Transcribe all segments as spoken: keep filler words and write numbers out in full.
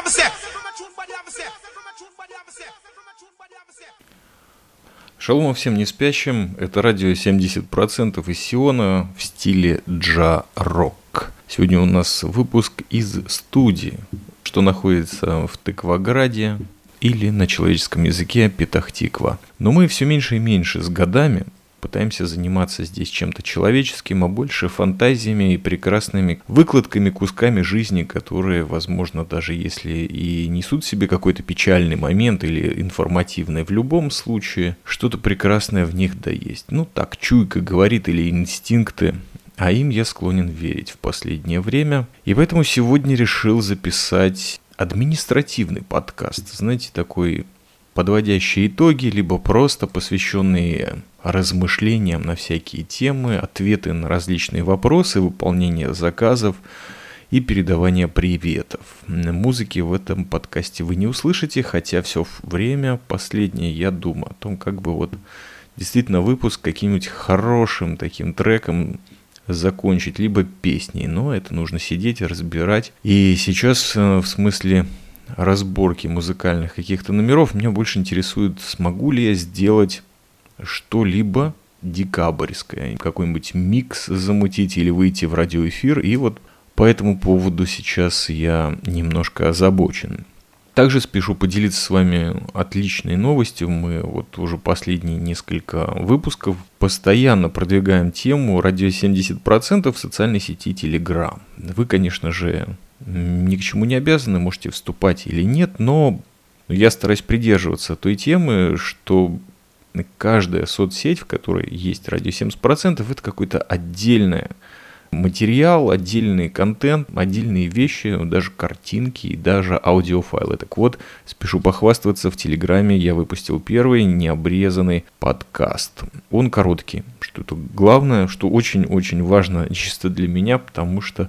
Шалом всем не спящим, это радио семьдесят процентов из Сиона в стиле джа-рок. Сегодня у нас выпуск из студии, что находится в Тыкваграде или на человеческом языке Петах-Тиква. Но мы все меньше и меньше с годами пытаемся заниматься здесь чем-то человеческим, а больше фантазиями и прекрасными выкладками, кусками жизни, которые, возможно, даже если и несут в себе какой-то печальный момент или информативный, в любом случае что-то прекрасное в них да есть. Ну так, чуйка говорит или инстинкты, а им я склонен верить в последнее время. И поэтому сегодня решил записать административный подкаст, знаете, такой подводящие итоги, либо просто посвященные размышлениям на всякие темы, ответы на различные вопросы, выполнение заказов и передавание приветов. Музыки в этом подкасте вы не услышите, хотя все время последнее я думаю о том, как бы вот действительно выпуск каким-нибудь хорошим таким треком закончить, либо песней, но это нужно сидеть, разбирать. И сейчас в смысле разборки музыкальных каких-то номеров меня больше интересует, смогу ли я сделать что-либо декабрьское, какой-нибудь микс замутить или выйти в радиоэфир, и вот по этому поводу сейчас я немножко озабочен. Также спешу поделиться с вами отличной новостью. Мы вот уже последние несколько выпусков постоянно продвигаем тему радио семьдесят процентов в социальной сети Telegram. Вы, конечно же, ни к чему не обязаны, можете вступать или нет, но я стараюсь придерживаться той темы, что каждая соцсеть, в которой есть радио семьдесят процентов, это какой-то отдельный материал, отдельный контент, отдельные вещи, даже картинки и даже аудиофайлы. Так вот, спешу похвастаться, в Телеграме я выпустил первый необрезанный подкаст. Он короткий, что это главное, что очень-очень важно чисто для меня, потому что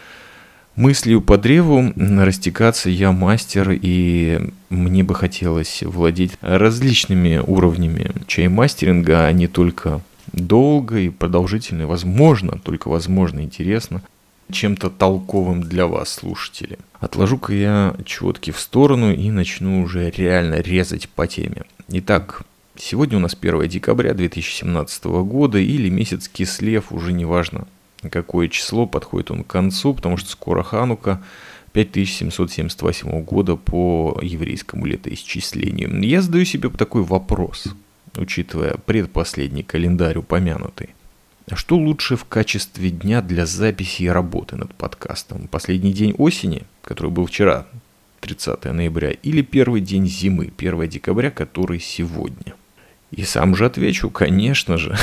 мыслью по древу растекаться я мастер, и мне бы хотелось владеть различными уровнями чаймастеринга, а не только долго и продолжительно, возможно, только возможно, интересно, чем-то толковым для вас, слушатели. Отложу-ка я четки в сторону и начну уже реально резать по теме. Итак, сегодня у нас первое декабря две тысячи семнадцатого года или месяц Кислев, уже неважно, какое число, подходит он к концу, потому что скоро Ханука, пять тысяч семьсот семьдесят восьмого года по еврейскому летоисчислению. Я задаю себе такой вопрос, учитывая предпоследний календарь упомянутый. А что лучше в качестве дня для записи и работы над подкастом? Последний день осени, который был вчера, тридцатого ноября, или первый день зимы, первого декабря, который сегодня? И сам же отвечу, конечно же.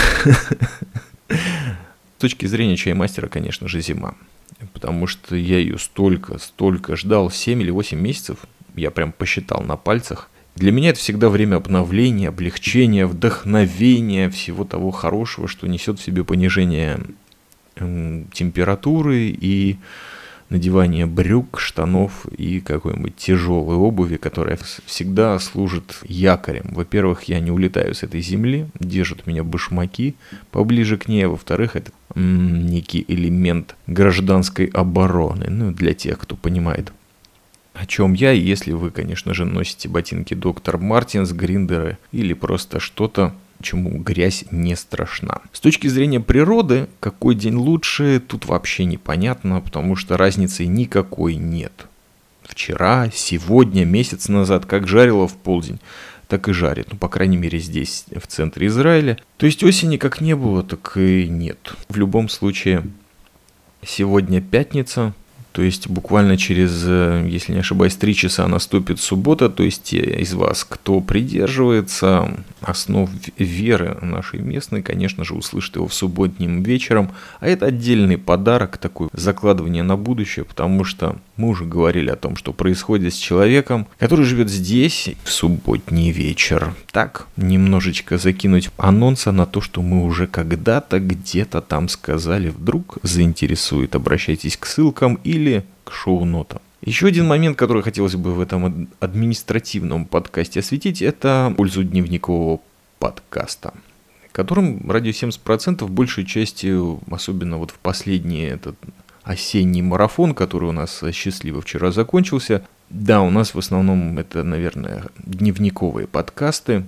С точки зрения чаймастера, конечно же, зима. Потому что я ее столько, столько ждал, семь или восемь месяцев, я прям посчитал на пальцах. Для меня это всегда время обновления, облегчения, вдохновения, всего того хорошего, что несет в себе понижение э, температуры и надевание брюк, штанов и какой-нибудь тяжелой обуви, которая всегда служит якорем. Во-первых, я не улетаю с этой земли, держат меня башмаки поближе к ней. Во-вторых, это м- некий элемент гражданской обороны, ну, для тех, кто понимает, о чем я, если вы, конечно же, носите ботинки доктор Мартинс, гриндеры или просто что-то, чему грязь не страшна. С точки зрения природы, какой день лучше, тут вообще непонятно, потому что разницы никакой нет. Вчера, сегодня, месяц назад, как жарило в полдень, так и жарит. Ну, по крайней мере, здесь, в центре Израиля. То есть осени как не было, так и нет. В любом случае, сегодня пятница. То есть буквально через, если не ошибаюсь, три часа наступит суббота. То есть те из вас, кто придерживается основ веры нашей местной, конечно же, услышат его в субботним вечером. А это отдельный подарок, такой закладывание на будущее, потому что мы уже говорили о том, что происходит с человеком, который живет здесь в субботний вечер. Так, немножечко закинуть анонса на то, что мы уже когда-то где-то там сказали, вдруг заинтересует. Обращайтесь к ссылкам или к шоу-нотам. Еще один момент, который хотелось бы в этом административном подкасте осветить, это пользу дневникового подкаста, которым радио семьдесят процентов большей частью, особенно вот в последний этот осенний марафон, который у нас счастливо вчера закончился, Да, у нас в основном это, наверное, дневниковые подкасты.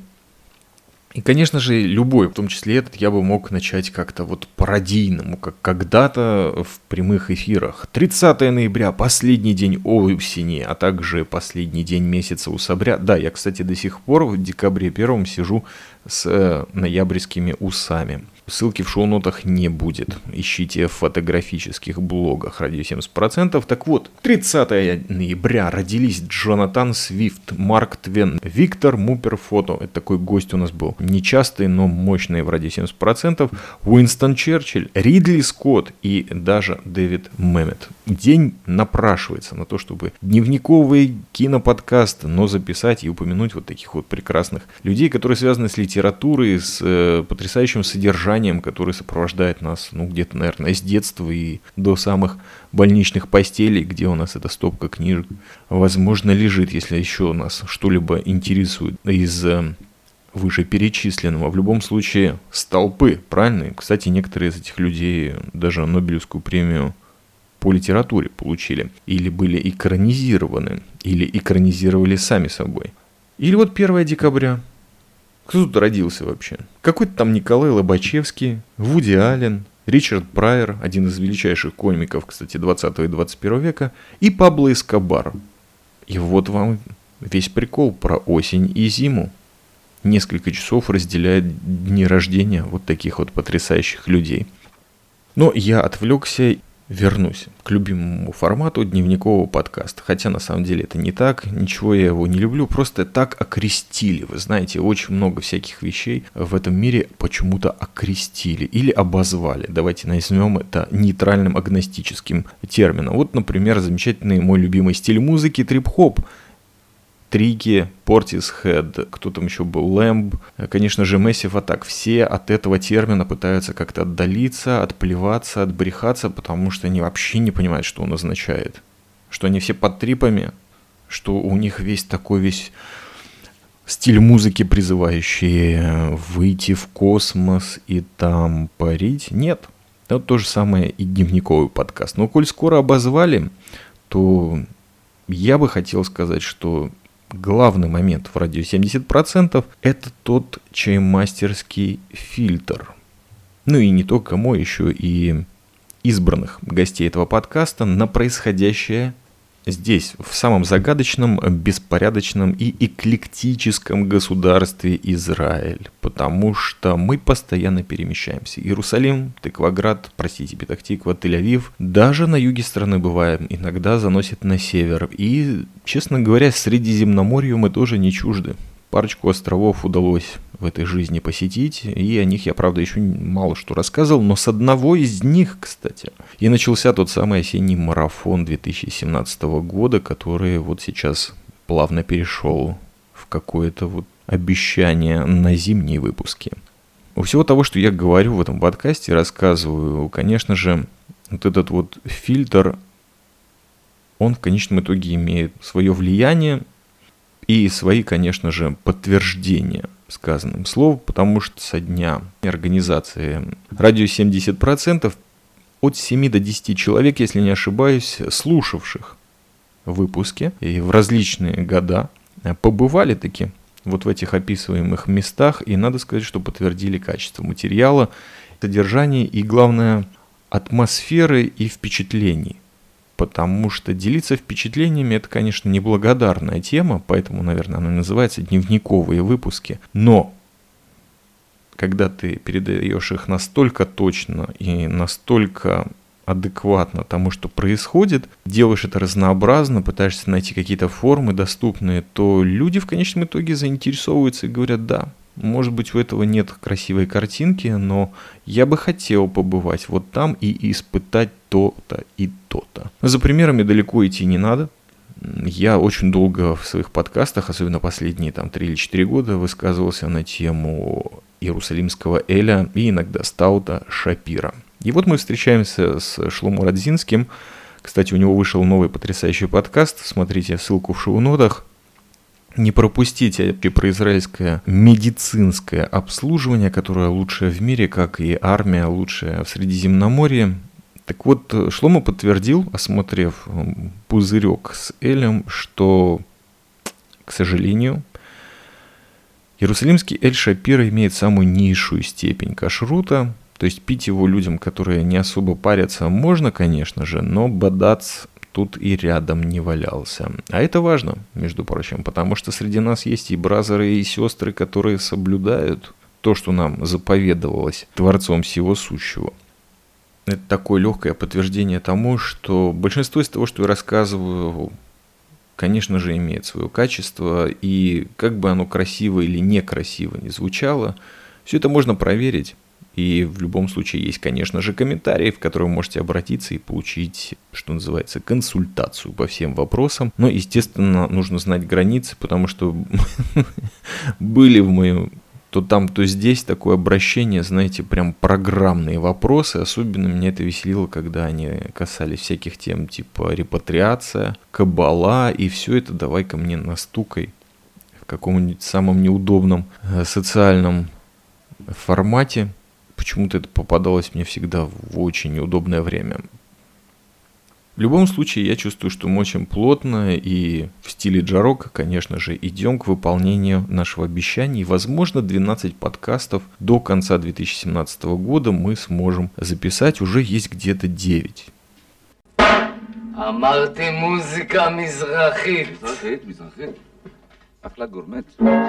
И, конечно же, любой, в том числе этот, я бы мог начать как-то вот пародийному, как когда-то в прямых эфирах. тридцатое ноября, последний день осени, а также последний день месяца усобря. Да, я, кстати, до сих пор в декабре первом сижу с э, ноябрьскими усами. Ссылки в шоу-нотах не будет. Ищите в фотографических блогах радио семьдесят процентов. Так вот, тридцатое ноября родились Джонатан Свифт, Марк Твен, Виктор Муперфото. Это такой гость у нас был. Нечастый, но мощный в радио семьдесят процентов. Уинстон Черчилль, Ридли Скотт и даже Дэвид Мэммет. День напрашивается на то, чтобы дневниковый киноподкаст, но записать и упомянуть вот таких вот прекрасных людей, которые связаны с литературой, с э, потрясающим содержанием, который сопровождает нас, ну, где-то, наверное, с детства и до самых больничных постелей, где у нас эта стопка книжек, возможно, лежит, если еще нас что-либо интересует из э, вышеперечисленного. В любом случае, столпы, правильно? Кстати, некоторые из этих людей даже Нобелевскую премию по литературе получили, или были экранизированы, или экранизировали сами собой. Или вот первое декабря. Кто тут родился вообще? Какой-то там Николай Лобачевский, Вуди Аллен, Ричард Прайер, один из величайших комиков, кстати, двадцатого и двадцать первого века, и Пабло Эскобар. И вот вам весь прикол про осень и зиму. Несколько часов разделяет дни рождения вот таких вот потрясающих людей. Но я отвлекся. Вернусь к любимому формату дневникового подкаста. Хотя на самом деле это не так, ничего я его не люблю, просто так окрестили. Вы знаете, очень много всяких вещей в этом мире почему-то окрестили или обозвали. Давайте назовем это нейтральным агностическим термином. Вот, например, замечательный мой любимый стиль музыки трип-хоп. Трики, Portishead, кто там еще был, Лэмб, конечно же, Massive Attack. Все от этого термина пытаются как-то отдалиться, отплеваться, отбрехаться, потому что они вообще не понимают, что он означает. Что они все под трипами, что у них весь такой весь стиль музыки, призывающий выйти в космос и там парить. Нет, это то же самое и дневниковый подкаст. Но коль скоро обозвали, то я бы хотел сказать, что главный момент в радио семьдесят процентов это тот чаймастерский фильтр. Ну и не только мой, еще и избранных гостей этого подкаста на происходящее здесь, в самом загадочном, беспорядочном и эклектическом государстве Израиль. Потому что мы постоянно перемещаемся. Иерусалим, Тыкваград, простите, Петахтиква, Тель-Авив. Даже на юге страны бываем. Иногда заносит на север. И, честно говоря, Средиземноморью мы тоже не чужды. Парочку островов удалось в этой жизни посетить, и о них я, правда, еще мало что рассказывал, но с одного из них, кстати, и начался тот самый осенний марафон две тысячи семнадцатого года, который вот сейчас плавно перешел в какое-то вот обещание на зимние выпуски. У всего того, что я говорю в этом подкасте, рассказываю, конечно же, вот этот вот фильтр, он в конечном итоге имеет свое влияние, и свои, конечно же, подтверждения сказанным словом, потому что со дня организации радио семьдесят процентов от семи до десяти человек, если не ошибаюсь, слушавших выпуски и в различные года побывали таки вот в этих описываемых местах, и надо сказать, что подтвердили качество материала, содержание и, главное, атмосферы и впечатлений. Потому что делиться впечатлениями – это, конечно, неблагодарная тема, поэтому, наверное, она называется «Дневниковые выпуски». Но когда ты передаешь их настолько точно и настолько адекватно тому, что происходит, делаешь это разнообразно, пытаешься найти какие-то формы доступные, то люди в конечном итоге заинтересовываются и говорят: да, может быть, у этого нет красивой картинки, но я бы хотел побывать вот там и испытать то-то и то-то. За примерами далеко идти не надо. Я очень долго в своих подкастах, особенно последние там три или четыре года, высказывался на тему Иерусалимского Эля и иногда Стаута Шапира. И вот мы встречаемся с Шломо Радзинским. Кстати, у него вышел новый потрясающий подкаст. Смотрите ссылку в шоу-нотах. Не пропустите про израильское медицинское обслуживание, которое лучшее в мире, как и армия лучшая в Средиземноморье. Так вот, Шломо подтвердил, осмотрев пузырек с элем, что, к сожалению, иерусалимский эль-шапира имеет самую низшую степень кашрута, то есть пить его людям, которые не особо парятся, можно, конечно же, но бадац тут и рядом не валялся. А это важно, между прочим, потому что среди нас есть и бразеры, и сестры, которые соблюдают то, что нам заповедовалось Творцом всего сущего. Это такое легкое подтверждение тому, что большинство из того, что я рассказываю, конечно же, имеет свое качество, и как бы оно красиво или некрасиво не звучало, все это можно проверить. И в любом случае есть, конечно же, комментарии, в которые вы можете обратиться и получить, что называется, консультацию по всем вопросам. Но, естественно, нужно знать границы, потому что были в моем то там, то здесь такое обращение, знаете, прям программные вопросы. Особенно меня это веселило, когда они касались всяких тем типа репатриация, каббала, и все это давай-ка мне настукай в каком-нибудь самом неудобном социальном формате. Почему-то это попадалось мне всегда в очень неудобное время. В любом случае, я чувствую, что мы очень плотно и в стиле джа-рока, конечно же, идем к выполнению нашего обещания. И, возможно, двенадцать подкастов до конца две тысячи семнадцатого года мы сможем записать. Уже есть где-то девять. אמרתי מוזיקה מזרחית. מזרחית, מזרחית. אחלה גורמט.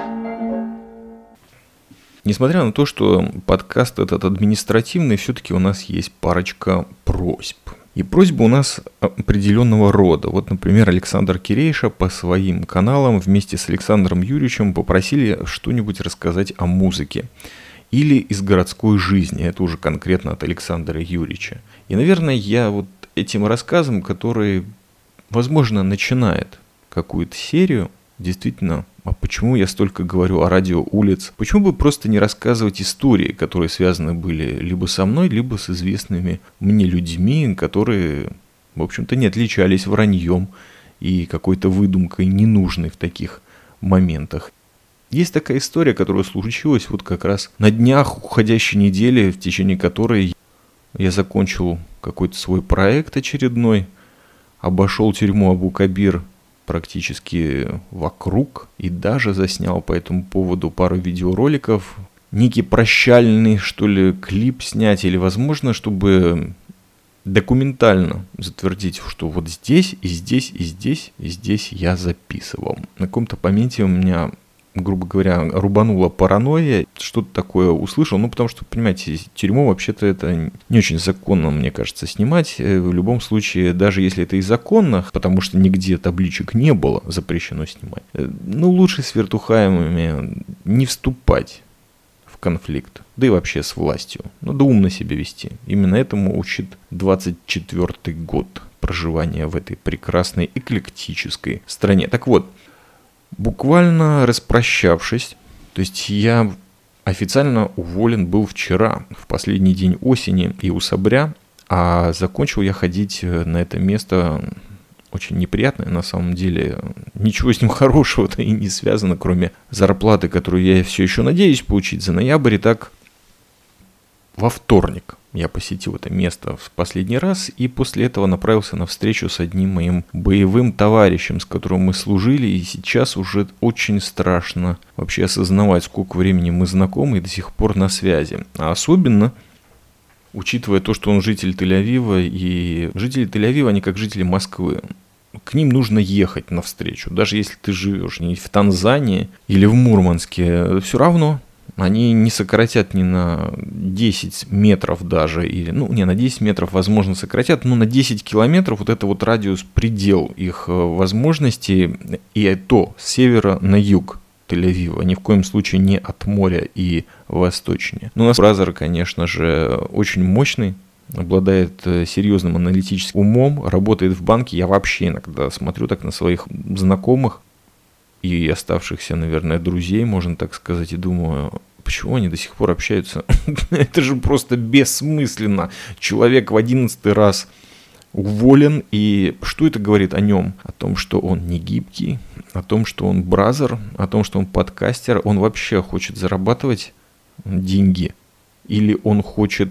Несмотря на то, что подкаст этот административный, все-таки у нас есть парочка просьб. И просьбы у нас определенного рода. Вот, например, Александр Кирейша по своим каналам вместе с Александром Юрьевичем попросили что-нибудь рассказать о музыке. Или из городской жизни. Это уже конкретно от Александра Юрьевича. И, наверное, я вот этим рассказом, который, возможно, начинает какую-то серию, действительно, а почему я столько говорю о радио улиц? Почему бы просто не рассказывать истории, которые связаны были либо со мной, либо с известными мне людьми, которые, в общем-то, не отличались враньем и какой-то выдумкой ненужной в таких моментах. Есть такая история, которая случилась вот как раз на днях уходящей недели, в течение которой я закончил какой-то свой проект очередной, обошел тюрьму Абу-Кабир практически вокруг и даже заснял по этому поводу пару видеороликов. Некий прощальный, что ли, клип снять или, возможно, чтобы документально затвердить, что вот здесь, и здесь, и здесь, и здесь я записывал. На каком-то моменте у меня, грубо говоря, рубанула паранойя, что-то такое услышал, ну, потому что, понимаете, тюрьму вообще-то это не очень законно, мне кажется, снимать. В любом случае, даже если это и законно, потому что нигде табличек не было, запрещено снимать, ну, лучше с вертухаемыми не вступать в конфликт, да и вообще с властью. Надо умно себя вести. Именно этому учит двадцать четвёртый год проживания в этой прекрасной эклектической стране. Так вот, буквально распрощавшись, то есть я официально уволен был вчера, в последний день осени и усобря, а закончил я ходить на это место очень неприятное, на самом деле ничего с ним хорошего-то и не связано, кроме зарплаты, которую я все еще надеюсь получить за ноябрь. И так во вторник я посетил это место в последний раз и после этого направился на встречу с одним моим боевым товарищем, с которым мы служили, и сейчас уже очень страшно вообще осознавать, сколько времени мы знакомы и до сих пор на связи. А особенно, учитывая то, что он житель Тель-Авива, и жители Тель-Авива, они как жители Москвы. К ним нужно ехать навстречу, даже если ты живешь не в Танзании или в Мурманске, все равно. Они не сократят ни на десять метров даже, или, ну, не на десять метров, возможно, сократят, но на десять километров вот это вот радиус, предел их возможностей, и то с севера на юг Тель-Авива, ни в коем случае не от моря и восточнее. Но у нас бразер, конечно же, очень мощный, обладает серьезным аналитическим умом, работает в банке. Я вообще иногда смотрю так на своих знакомых и оставшихся, наверное, друзей, можно так сказать, и думаю, почему они до сих пор общаются? Это же просто бессмысленно. Человек в одиннадцатый раз уволен, и что это говорит о нем? О том, что он не гибкий, о том, что он бразер, о том, что он подкастер. Он вообще хочет зарабатывать деньги, или он хочет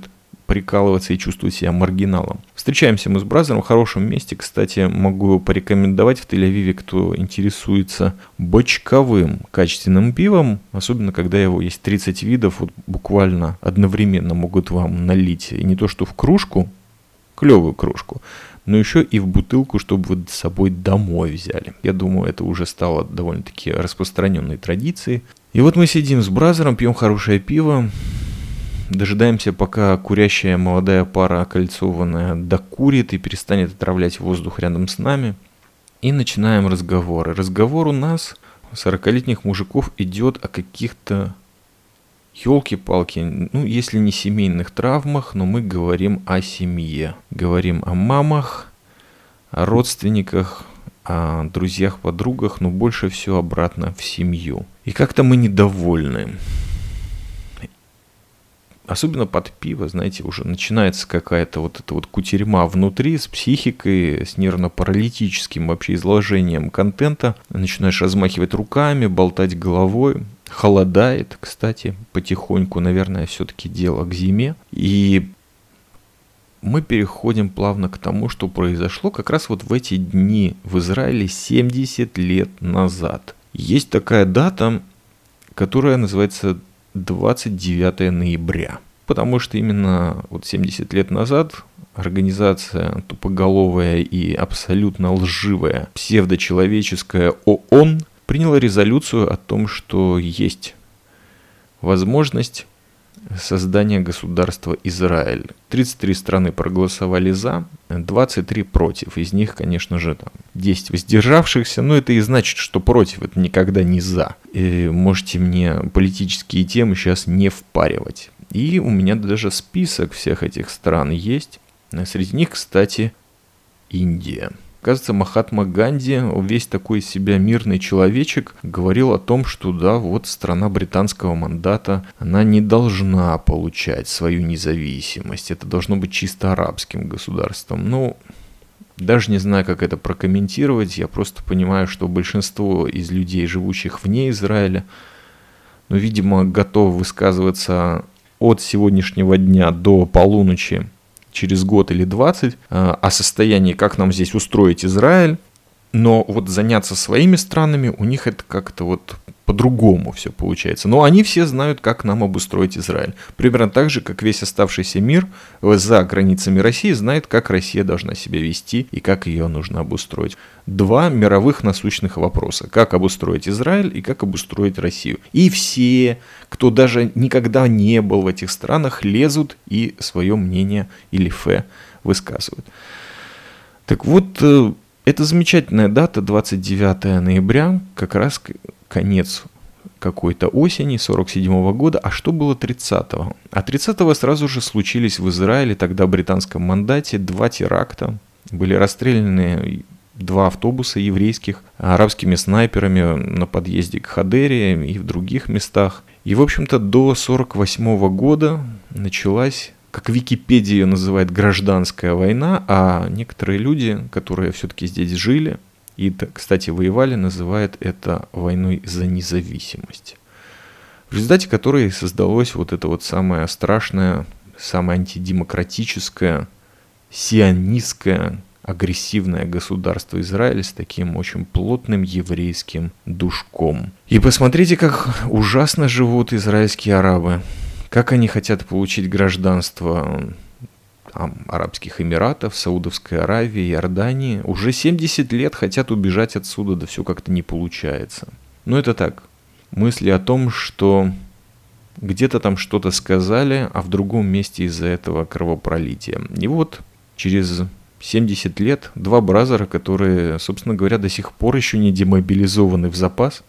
прикалываться и чувствовать себя маргиналом. Встречаемся мы с Бразером в хорошем месте. Кстати, могу порекомендовать в Тель-Авиве, кто интересуется бочковым качественным пивом, особенно когда его есть тридцать видов, вот буквально одновременно могут вам налить и не то что в кружку, клевую кружку, но еще и в бутылку, чтобы вы с собой домой взяли. Я думаю, это уже стало довольно-таки распространенной традицией. И вот мы сидим с Бразером, пьем хорошее пиво, дожидаемся, пока курящая молодая пара окольцованная докурит и перестанет отравлять воздух рядом с нами. И начинаем разговор. И разговор у нас, сорокалетних мужиков, идет о каких-то, елки-палки, ну, если не семейных травмах, но мы говорим о семье. Говорим о мамах, о родственниках, о друзьях, подругах, но больше всего обратно в семью. И как-то мы недовольны. Особенно под пиво, знаете, уже начинается какая-то вот эта вот кутерьма внутри с психикой, с нервно-паралитическим вообще изложением контента. Начинаешь размахивать руками, болтать головой. Холодает, кстати, потихоньку, наверное, все-таки дело к зиме. И мы переходим плавно к тому, что произошло как раз вот в эти дни в Израиле семьдесят лет назад. Есть такая дата, которая называется двадцать девятого ноября. Потому что именно вот семьдесят лет назад организация тупоголовая и абсолютно лживая псевдочеловеческая ООН приняла резолюцию о том, что есть возможность создания государства Израиль. тридцать три страны проголосовали за, двадцать три против. Из них, конечно же, там десять воздержавшихся, но это и значит, что против, это никогда не за. И можете мне политические темы сейчас не впаривать. И у меня даже список всех этих стран есть. Среди них, кстати, Индия. Кажется, Махатма Ганди, весь такой из себя мирный человечек, говорил о том, что да, вот страна британского мандата, она не должна получать свою независимость. Это должно быть чисто арабским государством. Ну, даже не знаю, как это прокомментировать. Я просто понимаю, что большинство из людей, живущих вне Израиля, ну, видимо, готовы высказываться от сегодняшнего дня до полуночи, через год или двадцать, о состоянии, как нам здесь устроить Израиль, но вот заняться своими странами, у них это как-то вот по-другому все получается. Но они все знают, как нам обустроить Израиль. Примерно так же, как весь оставшийся мир за границами России знает, как Россия должна себя вести и как ее нужно обустроить. Два мировых насущных вопроса. Как обустроить Израиль и как обустроить Россию. И все, кто даже никогда не был в этих странах, лезут и свое мнение или фе высказывают. Так вот, это замечательная дата, двадцать девятого ноября, как раз конец какой-то осени сорок седьмого года. А что было тридцатого? А тридцатого сразу же случились в Израиле, тогда в британском мандате, два теракта. Были расстреляны два автобуса еврейских арабскими снайперами на подъезде к Хадере и в других местах. И, в общем-то, до сорок восьмого года началась, как Википедия ее называет, гражданская война, а некоторые люди, которые все-таки здесь жили и, кстати, воевали, называют это войной за независимость. В результате которой создалось вот это вот самое страшное, самое антидемократическое, сионистское, агрессивное государство Израиль с таким очень плотным еврейским душком. И посмотрите, как ужасно живут израильские арабы. Как они хотят получить гражданство там, Арабских Эмиратов, Саудовской Аравии, Иордании. Уже семьдесят лет хотят убежать отсюда, да все как-то не получается. Но это так. Мысли о том, что где-то там что-то сказали, а в другом месте из-за этого кровопролития. И вот через семьдесят лет два бразера, которые, собственно говоря, до сих пор еще не демобилизованы в запас.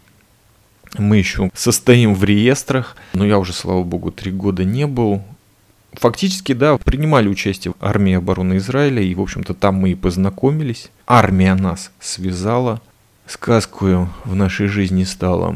Мы еще состоим в реестрах, но я уже, слава богу, три года не был. Фактически, да, принимали участие в армии обороны Израиля, и, в общем-то, там мы и познакомились. Армия нас связала, сказкою в нашей жизни стала.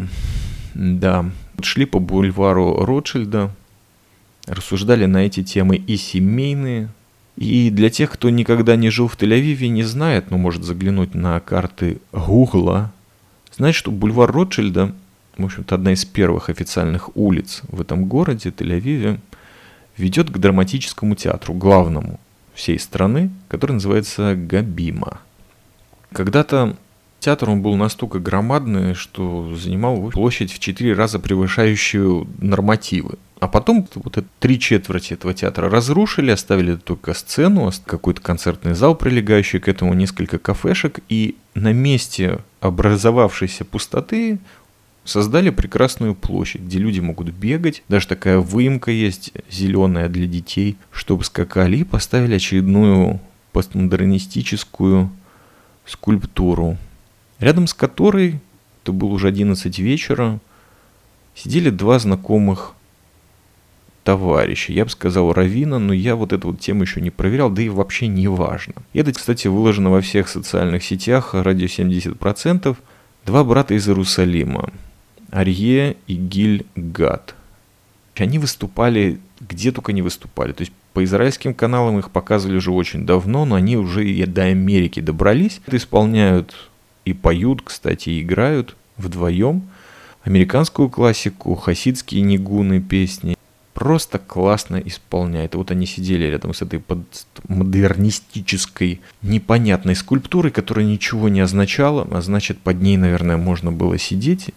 Да, шли по бульвару Ротшильда, рассуждали на эти темы и семейные. И для тех, кто никогда не жил в Тель-Авиве, не знает, но может заглянуть на карты Гугла, знает, что бульвар Ротшильда, в общем-то, одна из первых официальных улиц в этом городе, Тель-Авиве, ведет к драматическому театру, главному всей страны, который называется Габима. Когда-то театр он был настолько громадный, что занимал площадь в четыре раза превышающую нормативы. А потом вот это, три четверти этого театра разрушили, оставили только сцену, какой-то концертный зал, прилегающий к этому, несколько кафешек, и на месте образовавшейся пустоты создали прекрасную площадь, где люди могут бегать, даже такая выемка есть зеленая для детей, чтобы скакали, и поставили очередную постмодернистическую скульптуру, рядом с которой, это было уже одиннадцать вечера, сидели два знакомых товарища. Я бы сказал раввина, но я вот эту вот тему еще не проверял, да и вообще не важно. И это, кстати, выложено во всех социальных сетях, радио семьдесят процентов. Два брата из Иерусалима, Арье и Гиль Гад. Они выступали, где только не выступали. То есть по израильским каналам их показывали уже очень давно, но они уже и до Америки добрались. Это исполняют и поют, кстати, и играют вдвоем американскую классику, хасидские нигуны, песни. Просто классно исполняет. И вот они сидели рядом с этой модернистической непонятной скульптурой, которая ничего не означала, а значит, под ней, наверное, можно было сидеть.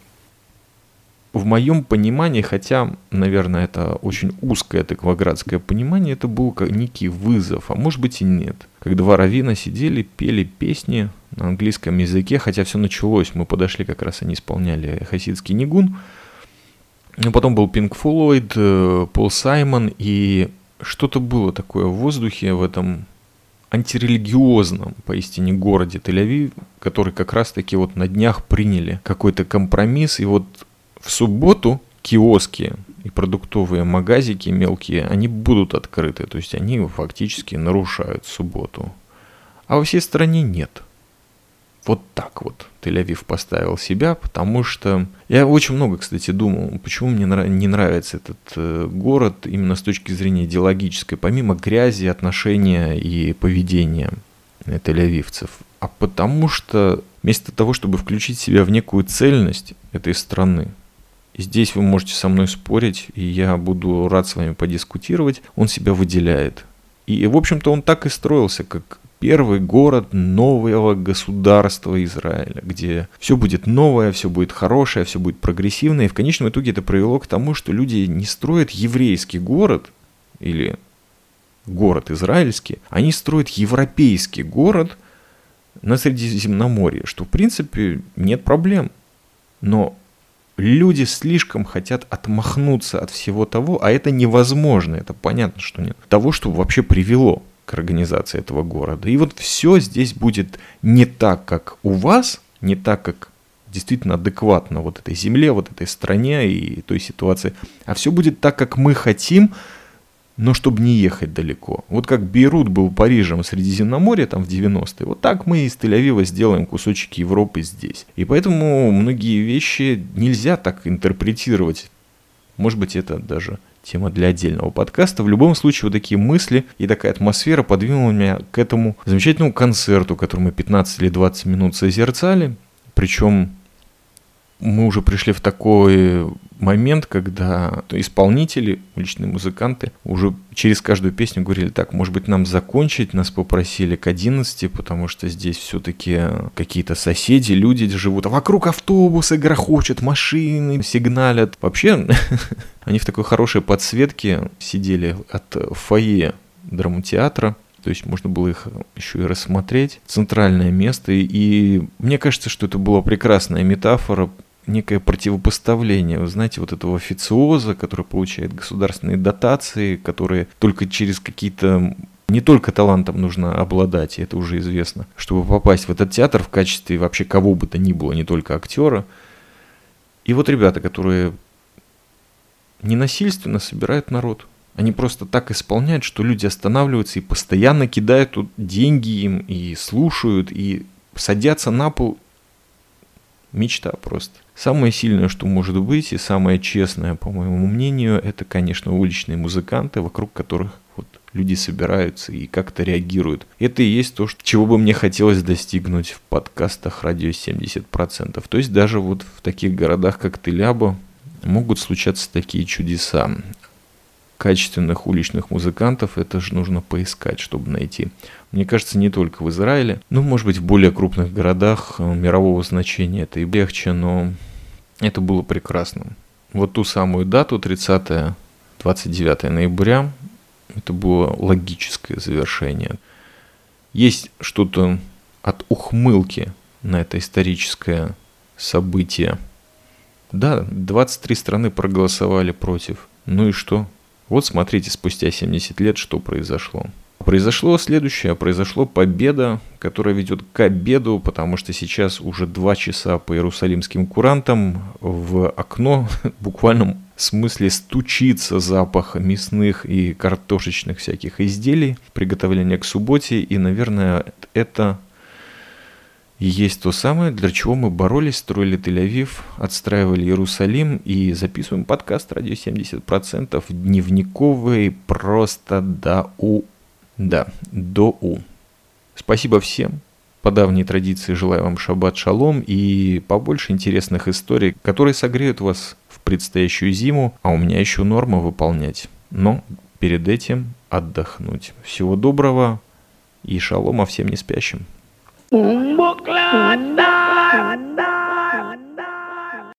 В моем понимании, хотя, наверное, это очень узкое тыкваградское понимание, это был как некий вызов, а может быть и нет. Как два раввина сидели, пели песни на английском языке, хотя все началось, мы подошли, как раз они исполняли хасидский нигун. Но потом был Пинк Флойд, Пол Саймон, и что-то было такое в воздухе в этом антирелигиозном, поистине, городе Тель-Авив, который как раз-таки вот на днях приняли какой-то компромисс, и вот в субботу киоски и продуктовые магазики мелкие, они будут открыты, то есть они фактически нарушают субботу. А во всей стране нет. Вот так вот Тель-Авив поставил себя, потому что я очень много, кстати, думал, почему мне не нравится этот город именно с точки зрения идеологической, помимо грязи, отношения и поведения тель-авивцев, а потому что вместо того, чтобы включить себя в некую цельность этой страны, и здесь вы можете со мной спорить, и я буду рад с вами подискутировать, он себя выделяет. И, в общем-то, он так и строился, как первый город нового государства Израиля, где все будет новое, все будет хорошее, все будет прогрессивное. И в конечном итоге это привело к тому, что люди не строят еврейский город или город израильский, они строят европейский город на Средиземноморье, что в принципе нет проблем. Но люди слишком хотят отмахнуться от всего того, а это невозможно, это понятно, что нет, того, что вообще привело к организации этого города. И вот все здесь будет не так, как у вас, не так, как действительно адекватно вот этой земле, вот этой стране и той ситуации, а все будет так, как мы хотим, но чтобы не ехать далеко. Вот как Бейрут был Парижем Средиземноморья там в девяностые, вот так мы из Тель-Авива сделаем кусочек Европы здесь. И поэтому многие вещи нельзя так интерпретировать. Может быть, это даже тема для отдельного подкаста. В любом случае, вот такие мысли и такая атмосфера подвинула меня к этому замечательному концерту, который мы пятнадцать или двадцать минут созерцали. Причем мы уже пришли в такой момент, когда исполнители, уличные музыканты уже через каждую песню говорили: так, может быть, нам закончить, нас попросили к одиннадцати, потому что здесь все-таки какие-то соседи, люди живут, а вокруг автобусы грохочут, машины сигналят. Вообще, они в такой хорошей подсветке сидели от фойе драмтеатра. То есть можно было их еще и рассмотреть. Центральное место. И мне кажется, что это была прекрасная метафора, некое противопоставление, вы знаете, вот этого официоза, который получает государственные дотации, которые только через какие-то... Не только талантом нужно обладать, это уже известно, чтобы попасть в этот театр в качестве вообще кого бы то ни было, не только актера. И вот ребята, которые ненасильственно собирают народ. Они просто так исполняют, что люди останавливаются и постоянно кидают тут деньги им, и слушают, и садятся на пол. Мечта просто. Самое сильное, что может быть, и самое честное, по моему мнению, это, конечно, уличные музыканты, вокруг которых вот люди собираются и как-то реагируют. Это и есть то, чего бы мне хотелось достигнуть в подкастах радио семьдесят процентов. То есть даже вот в таких городах, как Тель-Авив, могут случаться такие чудеса. качественных уличных музыкантов, это же нужно поискать, чтобы найти. Мне кажется, не только в Израиле, ну, может быть, в более крупных городах мирового значения это и легче, но это было прекрасно. Вот ту самую дату, тридцатое двадцать девятое ноября, это было логическое завершение. Есть что-то от ухмылки на это историческое событие. Да, двадцать три страны проголосовали против. Ну и что? Вот смотрите, спустя семьдесят лет что произошло. Произошло следующее. Произошла победа, которая ведет к обеду, потому что сейчас уже два часа по иерусалимским курантам в окно в буквальном смысле стучится запах мясных и картошечных всяких изделий, приготовления к субботе. И, наверное, это и есть то самое, для чего мы боролись, строили Тель-Авив, отстраивали Иерусалим и записываем подкаст «Радио семьдесят процентов», дневниковый, просто до у. Да, до у. Спасибо всем. По давней традиции желаю вам шаббат шалом и побольше интересных историй, которые согреют вас в предстоящую зиму, а у меня еще норма выполнять. Но перед этим отдохнуть. Всего доброго и шалома всем не спящим. Un boclata.